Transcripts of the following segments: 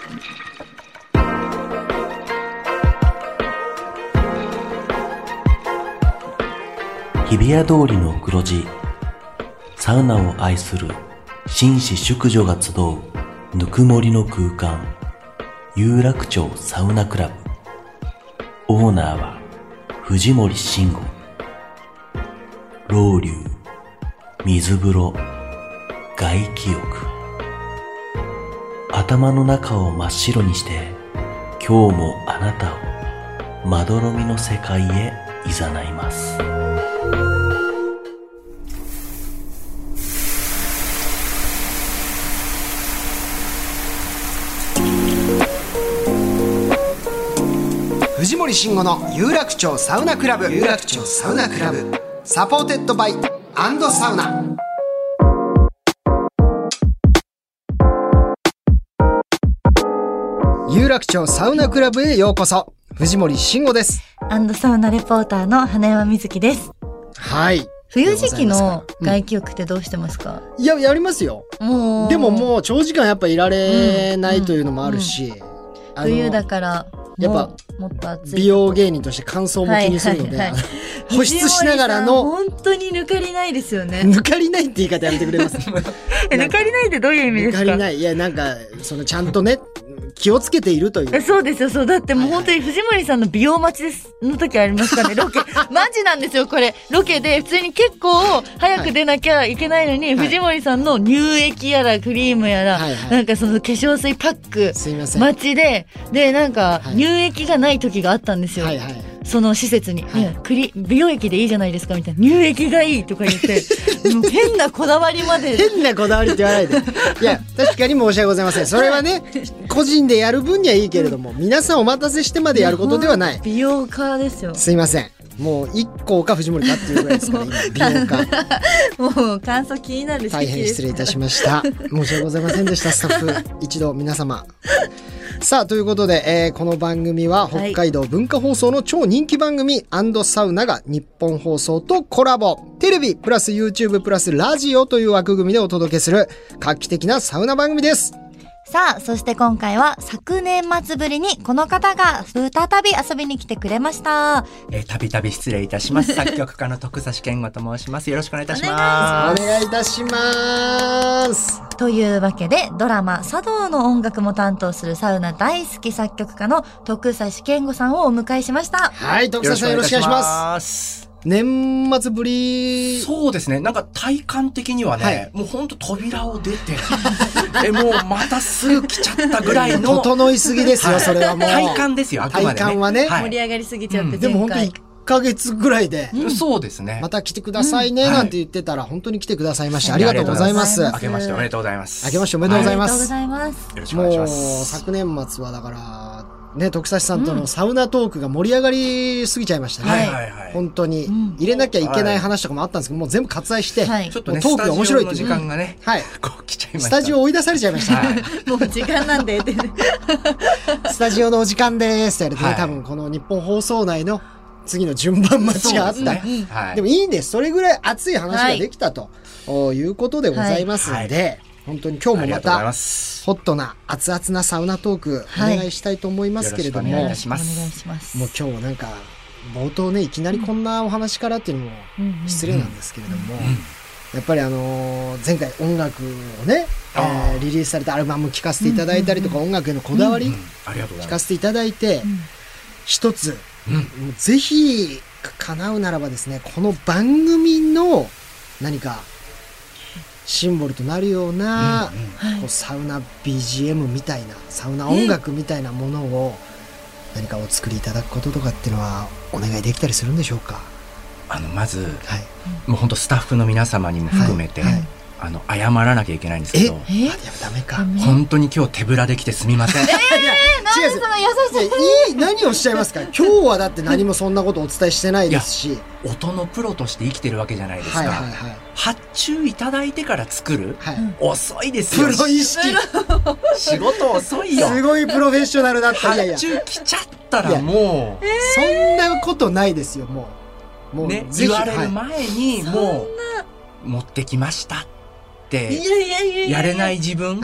日比谷通りの黒字、サウナを愛する紳士淑女が集うぬくもりの空間、有楽町サウナクラブ。オーナーは藤森慎吾。ロウリュ、水風呂、外気浴。頭の中を真っ白にして、今日もあなたをまどろみの世界へ誘います。 藤森慎吾の有楽町サウナクラブ、有楽町サウナクラブ、サポーテッドバイアンドサウナ。有楽町サウナクラブへようこそ。藤森慎吾です。 アンドサウナレポーターの花山瑞希です。 はい。 冬時期の外気浴ってどうしてますか？ いや、やりますよ。でももう長時間やっぱいられないというのもあるし、 冬だからやっぱもっと暑い。 美容芸人として乾燥も気にするので、保湿しながらの。 本当に抜かりないですよね。 抜かりないって言い方やめてくれます？ 抜かりないってどういう意味ですか？ 抜かりない。いや、なんかそのちゃんとね気をつけているという。 そうですよ。そうだってもう本当に藤森さんの美容待ちですの時ありますかね。ロケマジなんですよ。これロケで普通に結構早く出なきゃいけないのに、藤森さんの乳液やらクリームやら、なんかその化粧水パックすいません待ちでなんか乳液がない時があったんですよ。その施設に、美容液でいいじゃないですかみたいな、乳液がいいとか言ってもう変なこだわりまで変なこだわりって言わないで。いや、確かに申し訳ございません。それはね、個人でやる分にはいいけれども、皆さんお待たせしてまでやることではない。 美容家ですよ。 すいません。もう一個か藤森かっていうぐらいですから今美容家。 もう感想気になる。 大変失礼いたしました。申し訳ございませんでした。スタッフ一同皆様。さあということで、この番組は北海道文化放送の超人気番組&サウナが日本放送とコラボ、テレビプラス YouTube プラスラジオという枠組みでお届けする画期的なサウナ番組です。 さあ、そして今回は昨年末ぶりにこの方が再び遊びに来てくれました。 たびたび失礼いたします。作曲家の徳指健吾と申します。よろしくお願いいたします。 お願いいたします。 というわけで、ドラマ茶道の音楽も担当するサウナ大好き作曲家の徳指健吾さんをお迎えしました。 はい、徳指さんよろしくお願いします。年末ぶり。 そうですね。なんか体感的にはね、もうほんと扉を出てもうまたすぐ来ちゃったぐらいの整いすぎですよ、それはもう体感ですよ。あくまでね、 体感はね、 盛り上がりすぎちゃって、 でも本当に1ヶ月ぐらいで、 そうですね、 また来てくださいねなんて言ってたら、本当に来てくださいましてありがとうございます。 明けましておめでとうございます。 明けましておめでとうございます。 よろしくお願いします。 もう昨年末はだからね、徳指さんとのサウナトークが盛り上がりすぎちゃいましたね。本当に入れなきゃいけない話とかもあったんですけど、もう全部割愛して、 ちょっとね、 トークが面白いっていう時間がね、こう来ちゃいました。 スタジオ追い出されちゃいました。 もう時間なんでスタジオのお時間ですって言われて、多分この日本放送内の次の順番待ちがあった。でもいいんです。それぐらい熱い話ができたということでございますので、本当に今日もまたホットな熱々なサウナトークお願いしたいと思いますけれども、 お願いします。 もう今日はなんか冒頭ね、いきなりこんなお話からっていうのも失礼なんですけれども、やっぱり前回音楽をね、リリースされたアルバム聴かせていただいたりとか、音楽へのこだわり聴かせていただいて、一つぜひ叶うならばですね、この番組の何かシンボルとなるような、こうサウナ BGM みたいな、サウナ音楽みたいなものを何かお作りいただくこととかっていうのはお願いできたりするんでしょうか？ まず、もう本当スタッフの皆様にも含めて、謝らなきゃいけないんですけど、 ダメか。 本当に今日手ぶらで来てすみません。 なんでその優しい。 何をおっしゃいますか？今日はだって何もそんなことお伝えしてないですし、 音のプロとして生きてるわけじゃないですか。発注いただいてから作る、遅いですよ。 プロ意識。 仕事遅いよ。 すごいプロフェッショナルだった。 発注来ちゃったらもう、 そんなことないですよ。もうね、言われる前にもう持ってきましたってやれない自分、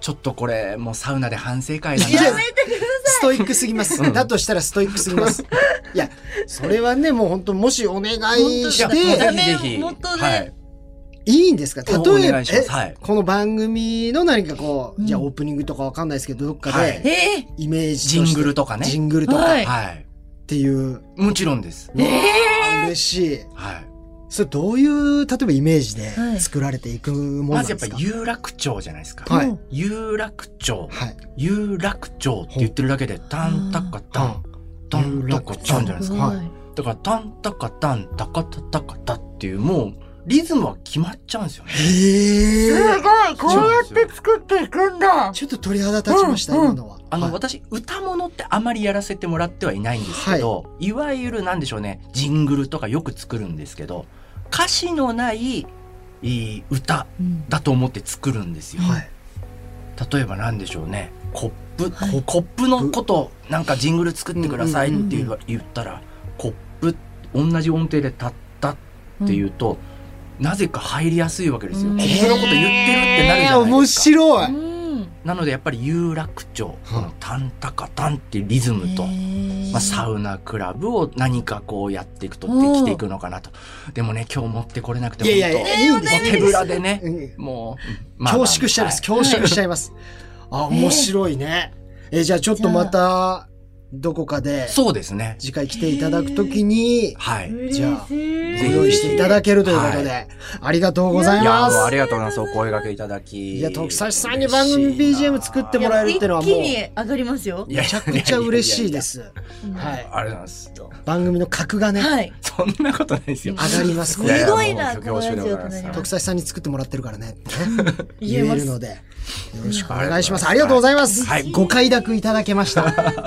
ちょっとこれもうサウナで反省会だな。 いやストイックすぎます。だとしたらストイックすぎます。いや、それはね、もう本当もしお願いして、 ぜひぜひ。はい。 いいんですか？例えば、 はい、 この番組の何かこう、じゃあオープニングとかわかんないですけど、どっかで、イメージとして。 ジングルとかね。 ジングルとか。 はい。 っていう。 もちろんです。 嬉しい。 はい。 それどういう、例えばイメージで作られていくものなんですか？ まずやっぱ有楽町じゃないですか。 はい。 有楽町。はい。有楽町って言ってるだけで、タンタカタン、タンタカタンじゃないですか。はい。だから、タンタカタン、タカタタカタっていう、もう、リズムは決まっちゃうんですよね。 すごいこうやって作っていくんだ。 ちょっと鳥肌立ちました、今のは。 私、歌物ってあまりやらせてもらってはいないんですけど、いわゆるなんでしょうね、ジングルとかよく作るんですけど、歌詞のない歌だと思って作るんですよ。例えばなんでしょうね、コップのことなんかジングル作ってくださいって言ったら、コップ同じ音程でタッタって言うと、なぜか入りやすいわけですよ。コップのこと言ってるってなるじゃないですか。 面白い。 なのでやっぱり有楽町、このタンタカタンっていうリズムと、サウナクラブを何かこうやっていくとできていくのかなと。でもね、今日持ってこれなくても手ぶらでね、もう、 恐縮しちゃいます。恐縮しちゃいます。あ、面白いね。じゃあちょっとまた、どこかで、 そうですね。 次回来ていただくときに、 はい。 じゃあ、ご用意していただけるということで、ありがとうございます。 ありがとうございます。お声掛けいただき。 いや、徳差さんに番組 BGM 作ってもらえるっていうのはもう、 一気に上がりますよ。 めちゃくちゃ嬉しいです。はい。 ありがとうございます。 番組の格がね、 はい。 そんなことないですよ。 上がります。 すごいな、 恐縮でございます。 徳差さんに作ってもらってるからね、言えるので、よろしくお願いします。ありがとうございます。はい。ご快諾いただけました。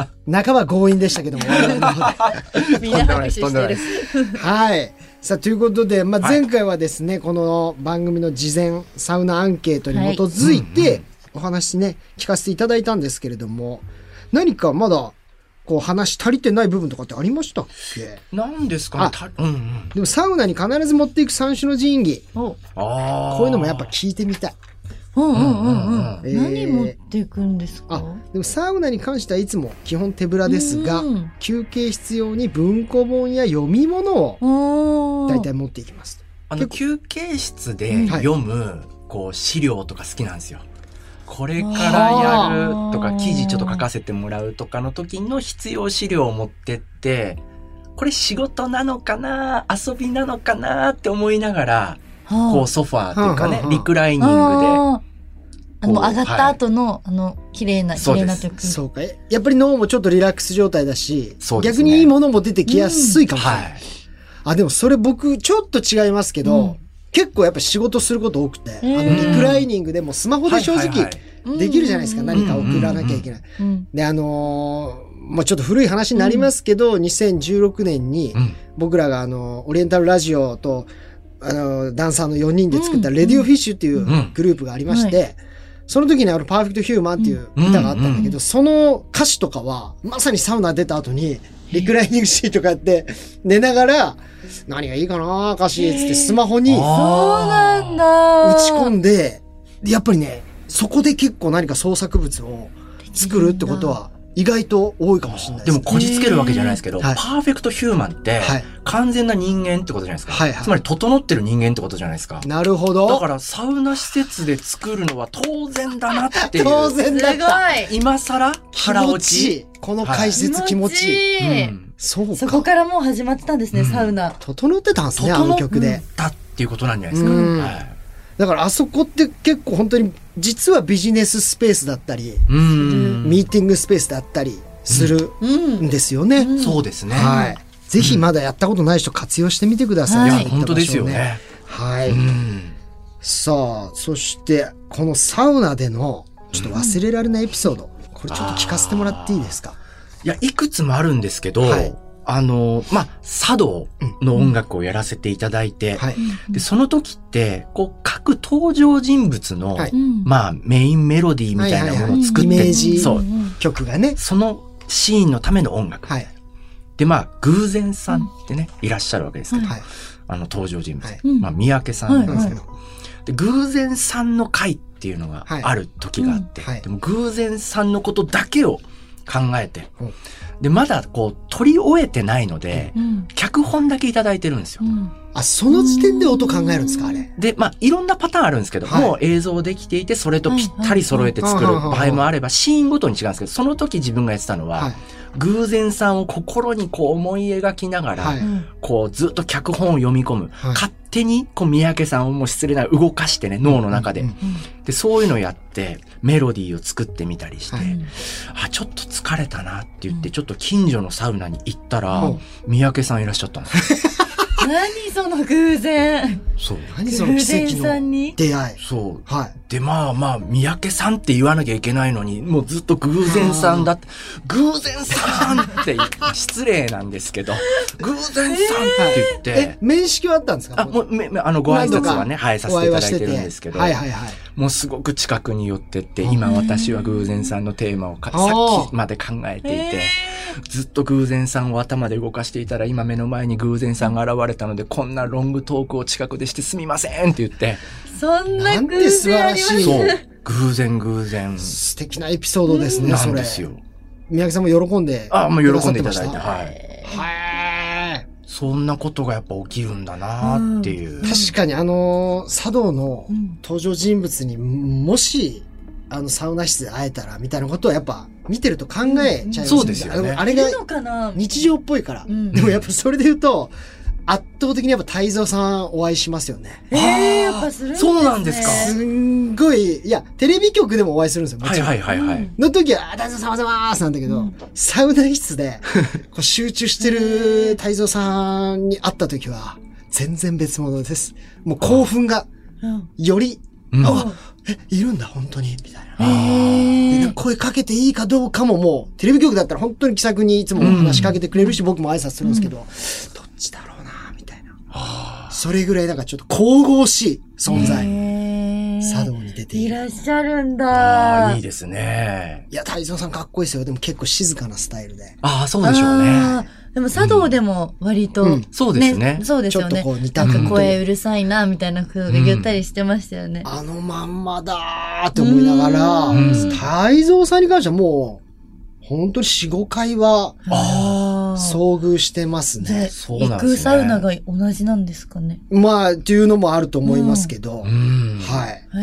半ば強引でしたけども。 みんな拍手してる。 はい。さあ、ということで、前回はですね、この番組の事前サウナアンケートに基づいて、お話ね、聞かせていただいたんですけれども、何かまだ、こう話足りてない部分とかってありましたっけ？ なんですかね。 でもサウナに必ず持っていく三種の神器。こういうのもやっぱ聞いてみたい。 何持っていくんですか？ でもサウナに関してはいつも基本手ぶらですが、休憩室用に文庫本や読み物を大体持っていきます。 休憩室で読むこう資料とか好きなんですよ。これからやるとか記事ちょっと書かせてもらうとかの時の必要資料を持ってって、これ仕事なのかな、遊びなのかなって思いながら、こうソファーというかね、リクライニングで。 上がった後の、綺麗なというか。 そうか。やっぱり脳もちょっとリラックス状態だし、逆にいいものも出てきやすいかもしれない。でもそれ僕、ちょっと違いますけど、結構やっぱ仕事すること多くて、リクライニングでもスマホで正直できるじゃないですか。何か送らなきゃいけない。で、もうちょっと古い話になりますけど、2016年に僕らがオリエンタルラジオと、ダンサーの4人で作ったレディオフィッシュっていうグループがありまして、その時にパーフェクトヒューマンっていう歌があったんだけど、その歌詞とかは、まさにサウナ出た後に、リクライニングシート買って寝ながら、何がいいかな歌詞つってスマホに打ち込んで、やっぱりね、そこで結構何か創作物を作るってことは意外と多いかもしれないです。でもこじつけるわけじゃないですけど、パーフェクトヒューマンって完全な人間ってことじゃないですか。つまり整ってる人間ってことじゃないですか。 なるほど。 だからサウナ施設で作るのは当然だなっていう。 当然だった。 今更腹落ち。 この解説気持ちいい。そうか。 そこからもう始まってたんですね、サウナ。 整ってたんですね、あの曲で。 整ったっていうことなんじゃないですか。 だからあそこって結構本当に実はビジネススペースだったり、ミーティングスペースだったりするんですよね。 そうですね。 はい。ぜひまだやったことない人活用してみてください。 いや、本当ですよね。 はい。さあ、そしてこのサウナでのちょっと忘れられないエピソード、これちょっと聞かせてもらっていいですか？ いや、いくつもあるんですけど、茶道の音楽をやらせていただいて、で、その時って、こう、各登場人物の、メインメロディーみたいなものを作って、 イメージ曲がね。 そのシーンのための音楽。で、偶然さんってね、いらっしゃるわけですけど、登場人物。三宅さんなんですけど、 で偶然さんの会っていうのがある時があって、でも偶然さんのことだけを考えて、でまだこう撮り終えてないので、脚本だけいただいてるんですよ。 あ、その時点で音考えるんですか、あれ。 で、いろんなパターンあるんですけど、もう映像できていて、それとぴったり揃えて作る場合もあれば、シーンごとに違うんですけど、その時自分がやってたのは、偶然さんを心にこう思い描きながら、こうずっと脚本を読み込む。勝手にこう三宅さんをもう失礼な動かしてね、脳の中で。で、そういうのをやって、メロディーを作ってみたりして、あ、ちょっと疲れたなって言って、ちょっと近所のサウナに行ったら、三宅さんいらっしゃったんですよ。 何その偶然。 そう。何その奇跡の出会い。 そう。はい。で、三宅さんって言わなきゃいけないのに、もうずっと偶然さんだって、偶然さんって失礼なんですけど、偶然さんって言って。 面識はあったんですか？ もう、ご挨拶はね、はい、させていただいてるんですけど、もうすごく近くに寄ってって、今私は偶然さんのテーマをさっきまで考えていて、ずっと偶然さんを頭で動かしていたら、今目の前に偶然さんが現れたので、こんなロングトークを近くでしてすみませんって言って。 そんな偶然ありますね。 そう。偶然。 素敵なエピソードですね、それ。 なんですよ。 三宅さんも喜んで。 もう喜んでいただいて。はい。そんなことがやっぱ起きるんだなっていう。 確かに茶道の登場人物にもし、サウナ室で会えたらみたいなことはやっぱ見てると考えちゃいますね。 そうですよね。 あれが日常っぽいから。でもやっぱそれで言うと、圧倒的にやっぱ泰造さんお会いしますよね。 やっぱするんですね。 そうなんですか。 すんごい、いや、テレビ局でもお会いするんですよ。もちろん。 はい。 の時は、泰造さんおはようございますなんだけど、サウナ室でこう集中してる泰造さんに会った時は、全然別物です。もう興奮が、より、いるんだ、本当にみたいな。で声かけていいかどうかももう、テレビ局だったら本当に気さくにいつも話しかけてくれるし、僕も挨拶するんですけど、どっちだろうな、みたいな。それぐらいなんかちょっと神々しい存在。茶道に出ていらっしゃるんだ。 いいですね。 いや、泰造さんかっこいいですよ。でも結構静かなスタイルで。 そうでしょうね。 でも茶道でも割と、 そうですね。 そうですよね。 ちょっとこう似たなんか声うるさいな、みたいな風が言ったりしてましたよね。 あのまんまだーって思いながら、泰造さんに関してはもう、本当に4、5回は、遭遇してますね。 行くサウナが同じなんですかね。 っていうのもあると思いますけど、はい。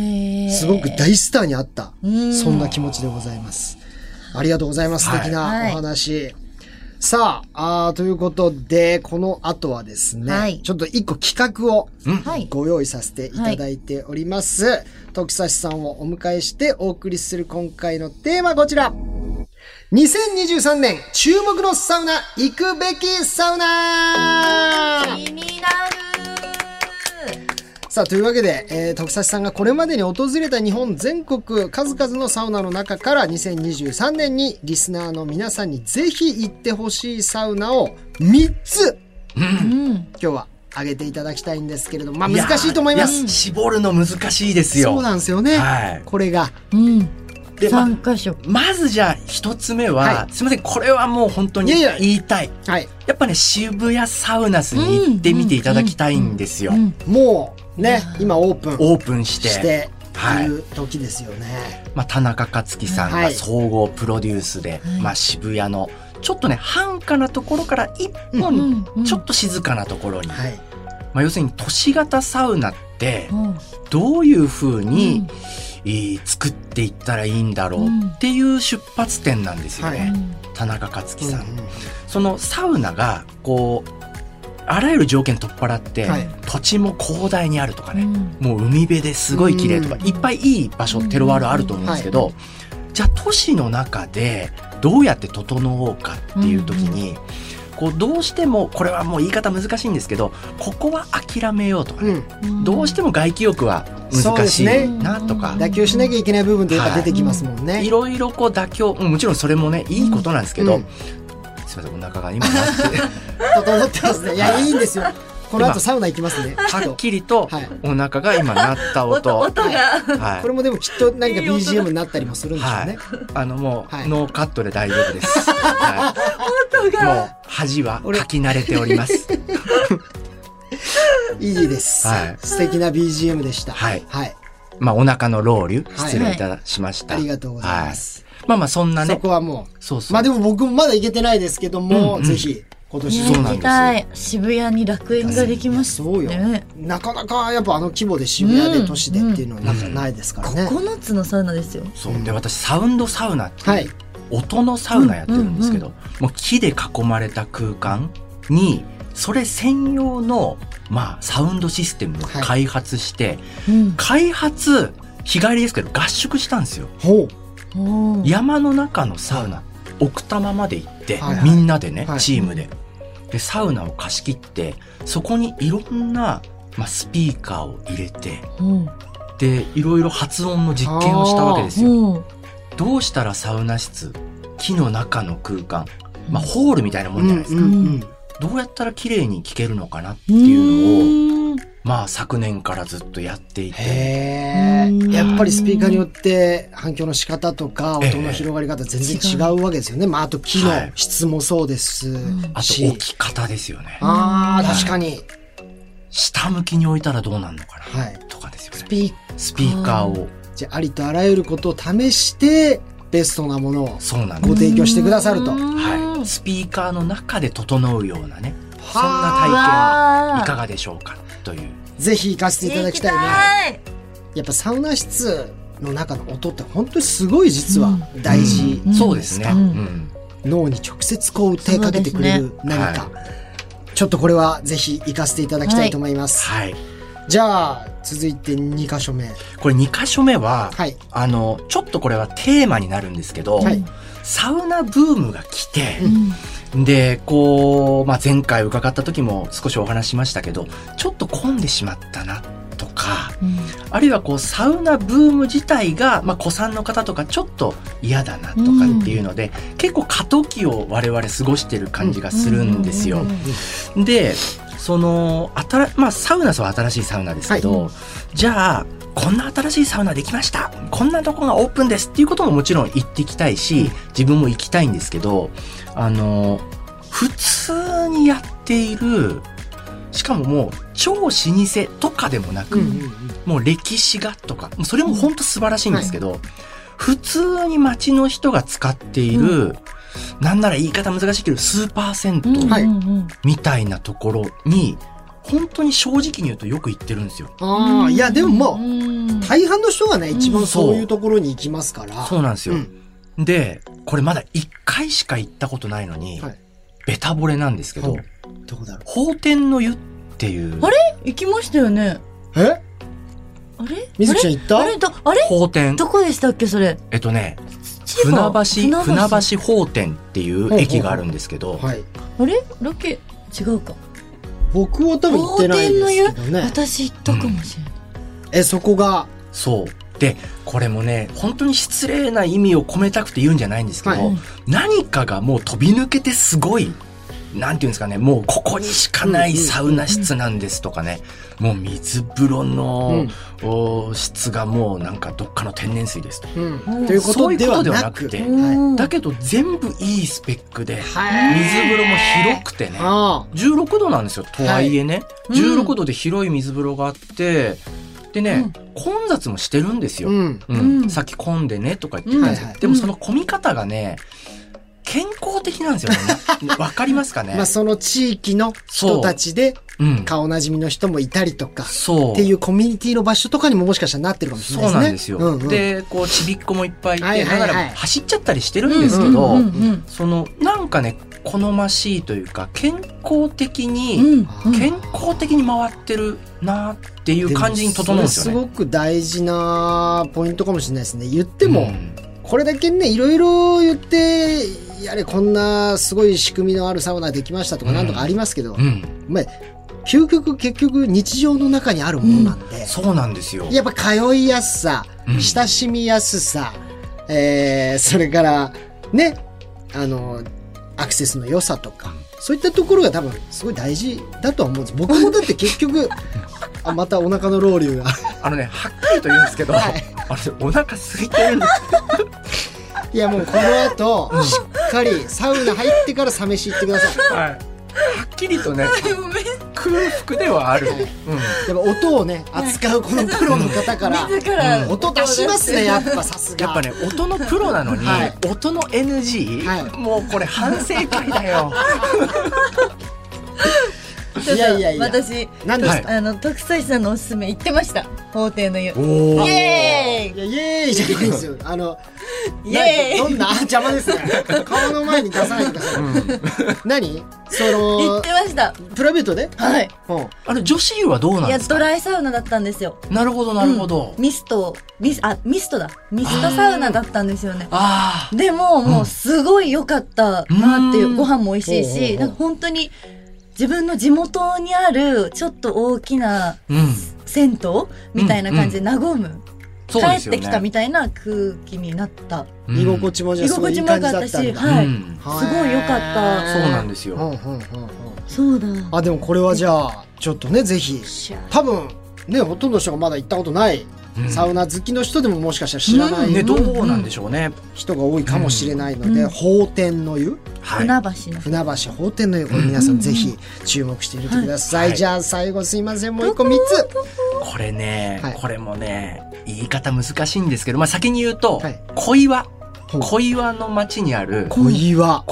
すごく大スターに会った、そんな気持ちでございます。ありがとうございます。素敵なお話。さあ、ということで、この後はですね、ちょっと一個企画をご用意させていただいております。徳差さんをお迎えしてお送りする今回のテーマこちら。2023年注目のサウナ行くべきサウナ気になる。 さあ、というわけで、徳差さんがこれまでに訪れた日本全国数々のサウナの中から2023年にリスナーの皆さんにぜひ行ってほしいサウナを3つ、今日は挙げていただきたいんですけれども、難しいと思います。 絞るの難しいですよ。 そうなんですよね。これが。 で 3箇所。 まずじゃあ一つ目は、すいません、これはもう本当に言いたい。やっぱね、渋谷サウナスに行ってみていただきたいんですよ。 もうね、今オープンしている時ですよね。 田中克樹さんが総合プロデュースで、渋谷のちょっとね、繁華なところから一本ちょっと静かなところに、要するに都市型サウナってどういうふうに作っていったらいいんだろうっていう出発点なんですよね、田中克樹さん。そのサウナがこうあらゆる条件取っ払って、土地も広大にあるとかね、もう海辺ですごい綺麗とか、いっぱいいい場所テロワールあると思うんですけど、じゃあ都市の中でどうやって整おうかっていう時に、こうどうしてもこれはもう言い方難しいんですけど、ここは諦めようとかね、どうしても外気浴は難しいなとか、 妥協しなきゃいけない部分ってやっぱ出てきますもんね。 いろいろこう妥協、もちろんそれもねいいことなんですけど、すみません、お腹が今なって整ってますね。いや、いいんですよ。この後サウナ行きますね。 はっきりとお腹が今鳴った音が、 これもでもきっと何か BGM になったりもするんでしょうね。 もうノーカットで大丈夫です。もう恥はかき慣れております。 いいです、 はい、 素敵な BGM でした。 はい、 はい、 まあお腹のロウリュ失礼いたしました、 ありがとうございます、 まあまあそんなね、 そこはもう、 そうそう、 まあでも僕もまだ行けてないですけども、ぜひ今年そうなんですよ、 渋谷に楽園ができましたね。 そうよ、なかなかやっぱ規模で渋谷で都市でっていうのはなんかないですからね。 9つのサウナですよ。 そうで、私サウンドサウナっていう、音のサウナやってるんですけど、もう木で囲まれた空間にそれ専用の、まあ、サウンドシステムを開発して、開発日帰りですけど合宿したんですよ。山の中のサウナ、奥多摩まで行って、みんなでね、チームでサウナを貸し切って、そこにいろんな、まあ、スピーカーを入れて、でいろいろ発音の実験をしたわけですよ。どうしたらサウナ室、木の中の空間、まあ、ホールみたいなもんじゃないですか、どうやったら綺麗に聴けるのかなっていうのを、まあ昨年からずっとやっていて、 やっぱりスピーカーによって反響の仕方とか音の広がり方全然違うわけですよね。まああと木の質もそうですし、 あと置き方ですよね。 確かに下向きに置いたらどうなるのかな、とかですよね。スピーカーをじゃあ、ありとあらゆることを試してベストなものをご提供してくださると。 スピーカーの中で整うようなね、そんな体験はいかがでしょうかという。 ぜひ行かせていただきたいね。やっぱサウナ室の中の音って本当にすごい実は大事、 そうですね、 脳に直接こう手かけてくれる何か、ちょっとこれはぜひ行かせていただきたいと思います。じゃあ続いて2箇所目。 これ2箇所目は、ちょっとこれはテーマになるんですけど、サウナブームが来て、でこう、まあ、前回伺った時も少しお話ししましたけど、ちょっと混んでしまったなとか、あるいはこうサウナブーム自体が、まあ、古参の方とかちょっと嫌だなとかっていうので、結構過渡期を我々過ごしてる感じがするんですよ。でそのまあ、サウナは新しいサウナですけど、じゃあこんな新しいサウナできました、こんなとこがオープンですっていうことももちろん言ってきたいし、自分も行きたいんですけど、普通にやっている、しかももう超老舗とかでもなく、もう歴史がとか、それも本当素晴らしいんですけど、普通に街の人が使っている、なんなら言い方難しいけどスーパー銭湯みたいなところに本当に正直に言うとよく行ってるんですよ。 いやでももう大半の人がね、一番そういうところに行きますから。 そうなんですよ、でこれまだ1回しか行ったことないのに、ベタ惚れなんですけど、 どこだろう、 宝天の湯っていう。 あれ行きましたよね。 あれ水木ちゃん行った？ あれ宝天どこでしたっけそれ。 船橋宝天っていう駅があるんですけど、 あれロケ違うか。 僕は多分行ってないですけどね。 私行ったかもしれない。 そこがそうで、これもね本当に失礼な意味を込めたくて言うんじゃないんですけど、何かがもう飛び抜けてすごい、なんていうんですかね、もうここにしかないサウナ室なんですとかね、もう水風呂の、質がもうなんかどっかの天然水ですと、 ということではなくて、 だけど全部いいスペックで、水風呂も広くてね、16度なんですよ。とはいえね、16度で広い水風呂があって、でね、混雑もしてるんですよ。さっき混んでねとか言ってたんですけど、でもその混み方がね、健康的なんですよね。わかりますかね。 まあその地域の人たちで顔なじみの人もいたりとか、っていうコミュニティの場所とかにももしかしたらなってるかもしれないですね。そうなんですよ。で、こうちびっこもいっぱいいて、だから走っちゃったりしてるんですけど、そのなんかね好ましいというか、健康的に回ってるなっていう感じに整うんですよね。 すごく大事なポイントかもしれないですね。言っても、これだけねいろいろ言って、やれこんなすごい仕組みのあるサウナできましたとかなんとかありますけど、まあ究極結局日常の中にあるものなんで、 そうなんですよ。 やっぱ通いやすさ、親しみやすさ、それからねアクセスの良さとか、そういったところが多分すごい大事だとは思うんです。僕もだって結局またお腹のロウリュがはっきりと言うんですけど、お腹空いてるんですいやもうこの後、しっかりサウナ入ってからサ飯行ってください。 はっきりとね、 空腹ではある、 やっぱ音をね扱うこのプロの方から自ら音出しますね、やっぱさすが。 やっぱね音のプロなのに、音の NG、もうこれ反省会だよ。 いやいやいや、 私何ですか？ 徳斎さんのおすすめ言ってました。法廷の湯。イおーエーイ。 いやイエーイじゃないんですよ。 イエーイ。 どんな邪魔ですね。顔の前に出さないでください。何？ 言ってました。 プライベートで？ はい。 女子湯はどうなんいやですか？ ドライサウナだったんですよ。 なるほどなるほど。 ミストだ。ミストサウナだったんですよね。 あでももうすごい良かったなっていう、ご飯も美味しいし、なんか本当に自分の地元にあるちょっと大きな銭湯みたいな感じで和む、帰ってきたみたいな空気になった。 居心地もじゃあそういう感じだったんだ。 すごい良かった。 そうなんですよ。 そうだ。 あ、でもこれはじゃあちょっとね、ぜひ多分ね、ほとんどの人がまだ行ったことないサウナ好きの人でももしかしたら知らない、 どうなんでしょうね、 人が多いかもしれないので、法天の湯、 船橋法天の湯、これ皆さんぜひ注目してみてください。じゃあ最後すいません、もう一個3つ。 これね、これもね言い方難しいんですけど、先に言うと、小岩の町にある小岩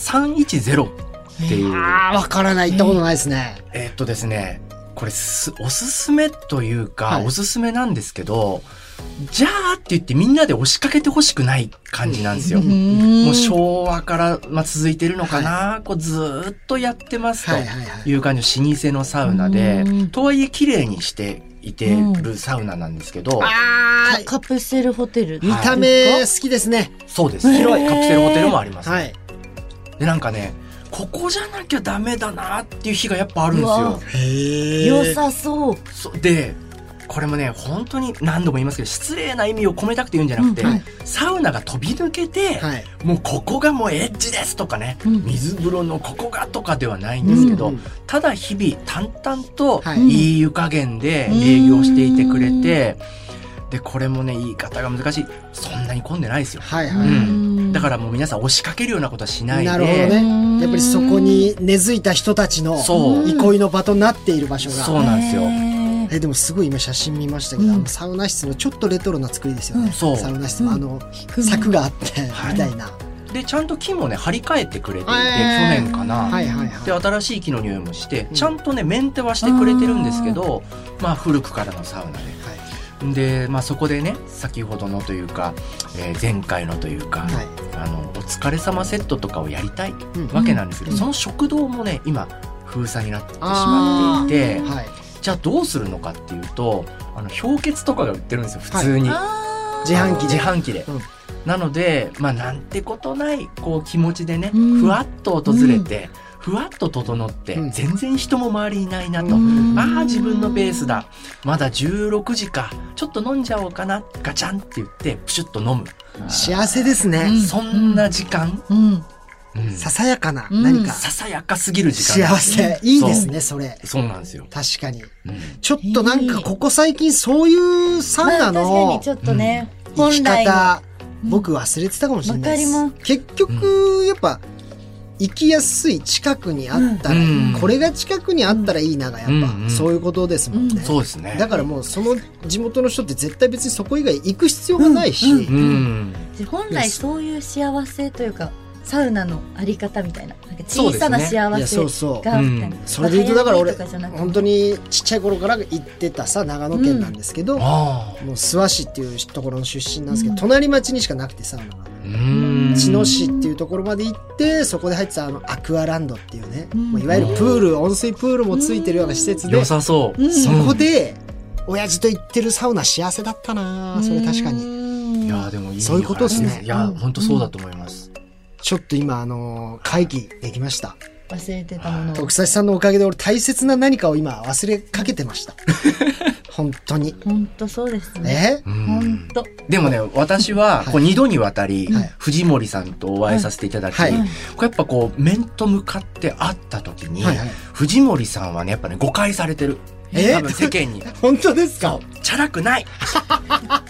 310っていう。 わからない、行ったことないですね。 ですね、これおすすめというか、おすすめなんですけど、じゃあって言ってみんなで押しかけてほしくない感じなんですよ。もう昭和から、続いてるのかな、こうずーっとやってますという感じの老舗のサウナで、とはいえ綺麗にしていてるサウナなんですけど、 カプセルホテル、 見た目好きですね。 そうです。広いカプセルホテルもあります。で、なんかね、ここじゃなきゃダメだなっていう日がやっぱあるんですよ。良さそう。 で、これもね、本当に何度も言いますけど、失礼な意味を込めたくて言うんじゃなくて、サウナが飛び抜けて、もうここがもうエッジですとかね、水風呂のここがとかではないんですけど、ただ日々淡々といい湯加減で営業していてくれて、で、これもね、言い方が難しい。そんなに混んでないですよ。だからもう皆さん押しかけるようなことはしないで。 なるほどね。やっぱりそこに根付いた人たちの憩いの場となっている場所が。 そうなんですよ。 でもすごい今写真見ましたけど、サウナ室のちょっとレトロな作りですよね。サウナ室も柵があってみたいな。 で、ちゃんと木もね、張り替えてくれていて、去年かな。で、新しい木の匂いもして、ちゃんとね、メンテはしてくれてるんですけど、古くからのサウナで。で、そこでね、先ほどのというか、前回のというか、お疲れ様セットとかをやりたいわけなんですけど、その食堂もね、今封鎖になってしまっていて、じゃあどうするのかっていうと、氷結とかが売ってるんですよ、普通に。 自販機で。なので、なんてことないこう気持ちでね、ふわっと訪れて、ふわっと整って、全然人も周りいないなと。自分のペースだ。まだ16時か。ちょっと飲んじゃおうかな。ガチャンって言って、プシュッと飲む。 幸せですね。 そんな時間。 ささやかな、何か。 ささやかすぎる時間。 幸せ。いいですね、それ。 そうなんですよ。 確かに。ちょっとなんかここ最近そういうサウナの確かにちょっとね、 生き方、僕忘れてたかもしれないです。結局、やっぱ、行きやすい近くにあったら、これが近くにあったらいいながやっぱそういうことですもんね。 そうですね。 だからもうその地元の人って絶対別にそこ以外行く必要がないし、 本来そういう幸せというかサウナのあり方みたいな、小さな幸せがあって、 それで言うとだから俺本当にちっちゃい頃から行ってたさ、長野県なんですけど、もう諏訪市っていうところの出身なんですけど、隣町にしかなくてサウナが。茅野市っていうところまで行って、そこで入ってたアクアランドっていうね、いわゆるプール、温水プールもついてるような施設で、 良さそう。 そこで親父と行ってるサウナ幸せだったな。それ確かに。 いやでもいい。 そういうことですね。 いや本当そうだと思います。 ちょっと今会議できました。 忘れてたもの。 徳差さんのおかげで俺大切な何かを今忘れかけてました。本当に。 本当そうですね。本当。 でもね、私はこう2度にわたり藤森さんとお会いさせていただき、これやっぱこう面と向かって会った時に、藤森さんはねやっぱね誤解されてる。多分世間に。 本当ですか？ チャラくない。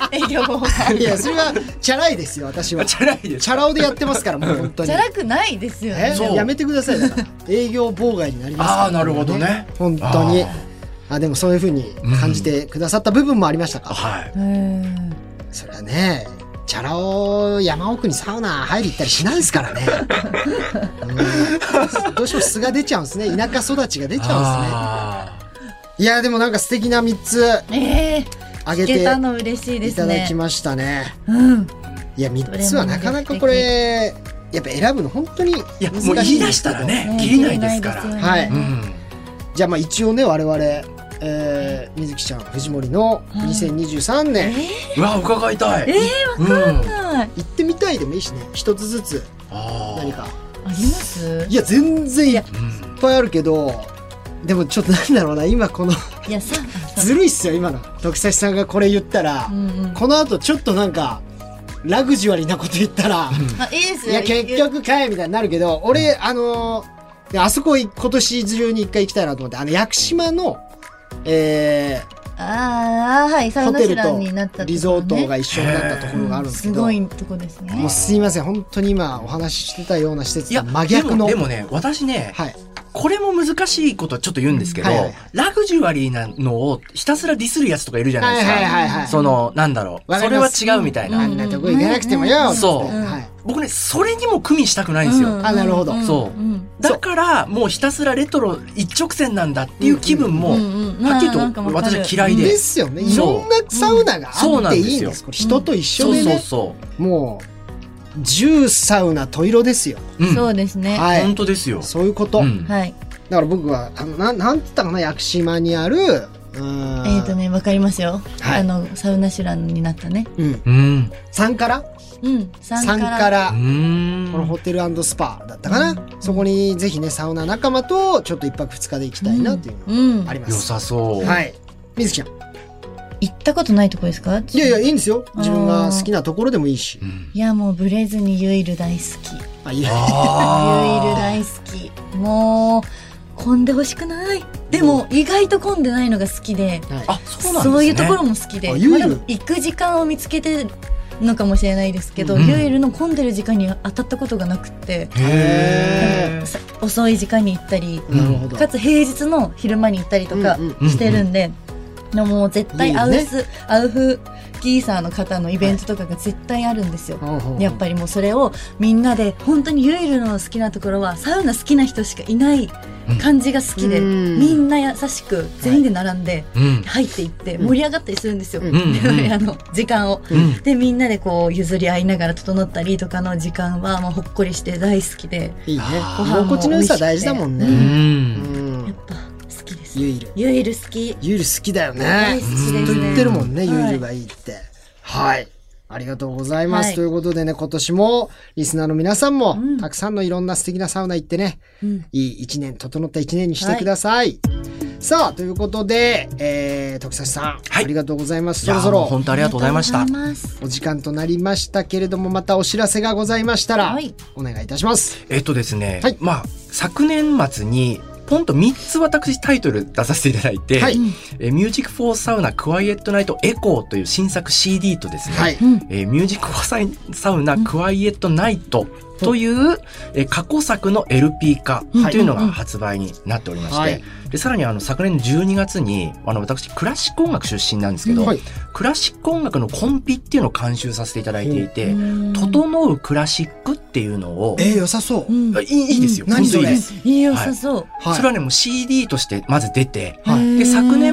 営業妨害。 いや、それはチャラいですよ、私は。 チャラいです。 チャラ男でやってますから、もう本当に。 チャラくないですよね。 そうやめてください、だから。営業妨害になりますから、 ああ、なるほどね。 本当に。でもそういう風に感じてくださった部分もありましたか。 はい。 それはね、チャラ男山奥にサウナ入り行ったりしないですからね。どうしても素が出ちゃうんですね。田舎育ちが出ちゃうんですね。いや、でもなんか素敵な3つあげていただきましたね。いや、3つはなかなかこれやっぱ選ぶの本当に難しい。 いや、もう言い出したらね、切りないですから。 はい。じゃあまあ一応ね、我々水木ちゃん、藤森の2023年、 うわ、伺いたい。 わかんない。 行ってみたいでもいいしね、一つずつ何かあります？ いや、全然いっぱいあるけど、でもちょっとなんだろうな、今このいやさずるいっすよ、今の徳差さんがこれ言ったら、この後ちょっとなんかラグジュアリーなこと言ったら、 いいですよ。 いや結局かいみたいになるけど、俺あそこ今年中に一回行きたいなと思って、屋久島のはい、サウナシュランになった、 リゾートが一緒になったところがあるんですけど、 すごいとこですね。 もうすいません、本当に今お話ししてたような施設と真逆の。 でもね、私ね、これも難しいことちょっと言うんですけど、ラグジュアリーなのをひたすらディスるやつとかいるじゃないですか。その、なんだろう、それは違うみたいな。 あんなとこ行かなくてもよ。 そう。僕ね、それにも組みしたくないんですよ。 なるほど。 そう。だから、もうひたすらレトロ一直線なんだっていう気分も、はっきりと私は嫌いで。 ですよね。いろんなサウナがあっていいんです。人と一緒でね。もう、10サウナ十色ですよ。 そうですね。 本当ですよ。 そういうこと。 はい。 だから僕は、なんて言ったかな、屋久島にある、 わかりますよ。サウナシュランになったね。 3から3から、このホテル&スパだったかな。そこにぜひね、サウナ仲間とちょっと1泊2日で行きたいなっていうのあります。 良さそう。 はい。水木ちゃん。 行ったことないとこですか？ いやいや、いいんですよ。自分が好きなところでもいいし。 いや、もうブレずにユイル大好き。ユイル大好き。もう、混んでほしくない。でも意外と混んでないのが好きで、そういうところも好きで、行く時間を見つけてのかもしれないですけど、ユイルの混んでる時間に当たったことがなくて、遅い時間に行ったり、かつ平日の昼間に行ったりとかしてるんで、もう絶対アウフギーサーの方のイベントとかが絶対あるんですよ。やっぱりもうそれをみんなで、本当にユイルの好きなところはサウナ好きな人しかいない感じが好きで、みんな優しく全員で並んで入っていって盛り上がったりするんですよ、時間を。でみんなでこう譲り合いながら整ったりとかの時間はもうほっこりして大好きで。 いいね。居心地の良さ大事だもんね。 やっぱ好きです。 ユイル好き。 ユイル好きだよね。ずっと言ってるもんね、ユイルがいいって。はい。ありがとうございます。ということでね、今年もリスナーの皆さんもたくさんのいろんな素敵なサウナ行ってね、いい一年、整った一年にしてください。さあ、ということで、徳差さん、ありがとうございます。そろそろ本当ありがとうございました。 お時間となりましたけれども、またお知らせがございましたらお願いいたします。 ですね、まあ昨年末にポンと3つ私タイトル出させていただいて、ミュージックフォーサウナクワイエットナイトエコーという新作 CD とですね、ミュージックフォーサウナクワイエットナイトという過去作の LP 化というのが発売になっておりまして、でさらに昨年12月に私クラシック音楽出身なんですけど、クラシック音楽のコンピっていうのを監修させていただいていて、整うクラシックっていうのを良さそう。 いいですよ。 何それ？ 良さそう。 それはね、もう CD としてまず出て、で昨年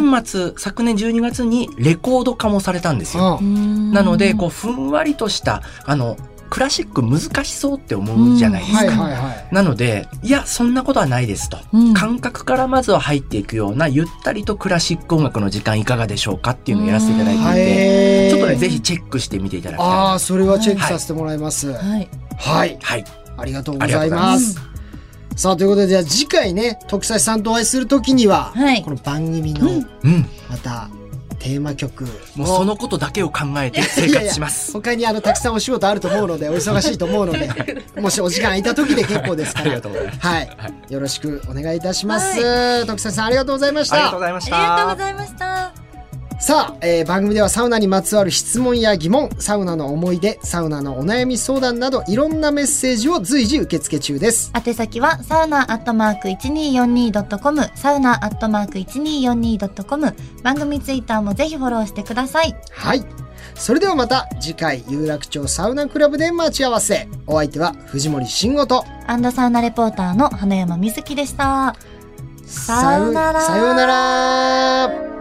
12月にレコード化もされたんですよ。なのでこうふんわりとしたクラシック難しそうって思うじゃないですか。なので、いや、そんなことはないですと。感覚からまずは入っていくような、ゆったりとクラシック音楽の時間いかがでしょうかっていうのをやらせていただいていて、ちょっとね、ぜひチェックしてみていただきたい。 ああ、それはチェックさせてもらいます。はい。ありがとうございます。さあ、ということで、じゃあ次回ね、徳差さんとお会いするときには、この番組の、また、テーマ曲もうそのことだけを考えて生活します。 他にたくさんお仕事あると思うので、お忙しいと思うので、もしお時間空いた時で結構ですから、よろしくお願いいたします。徳差さん、ありがとうございました。 ありがとうございました。 ありがとうございました。 さあ、番組ではサウナにまつわる質問や疑問、サウナの思い出、サウナのお悩み相談などいろんなメッセージを随時受付中です。 宛先はサウナ@1242.com、サウナ@1242.com、番組ツイッターもぜひフォローしてください。 はい。それではまた次回有楽町サウナクラブで待ち合わせ。お相手は藤森慎吾とアンダサウナレポーターの花山瑞希でした。 さようなら。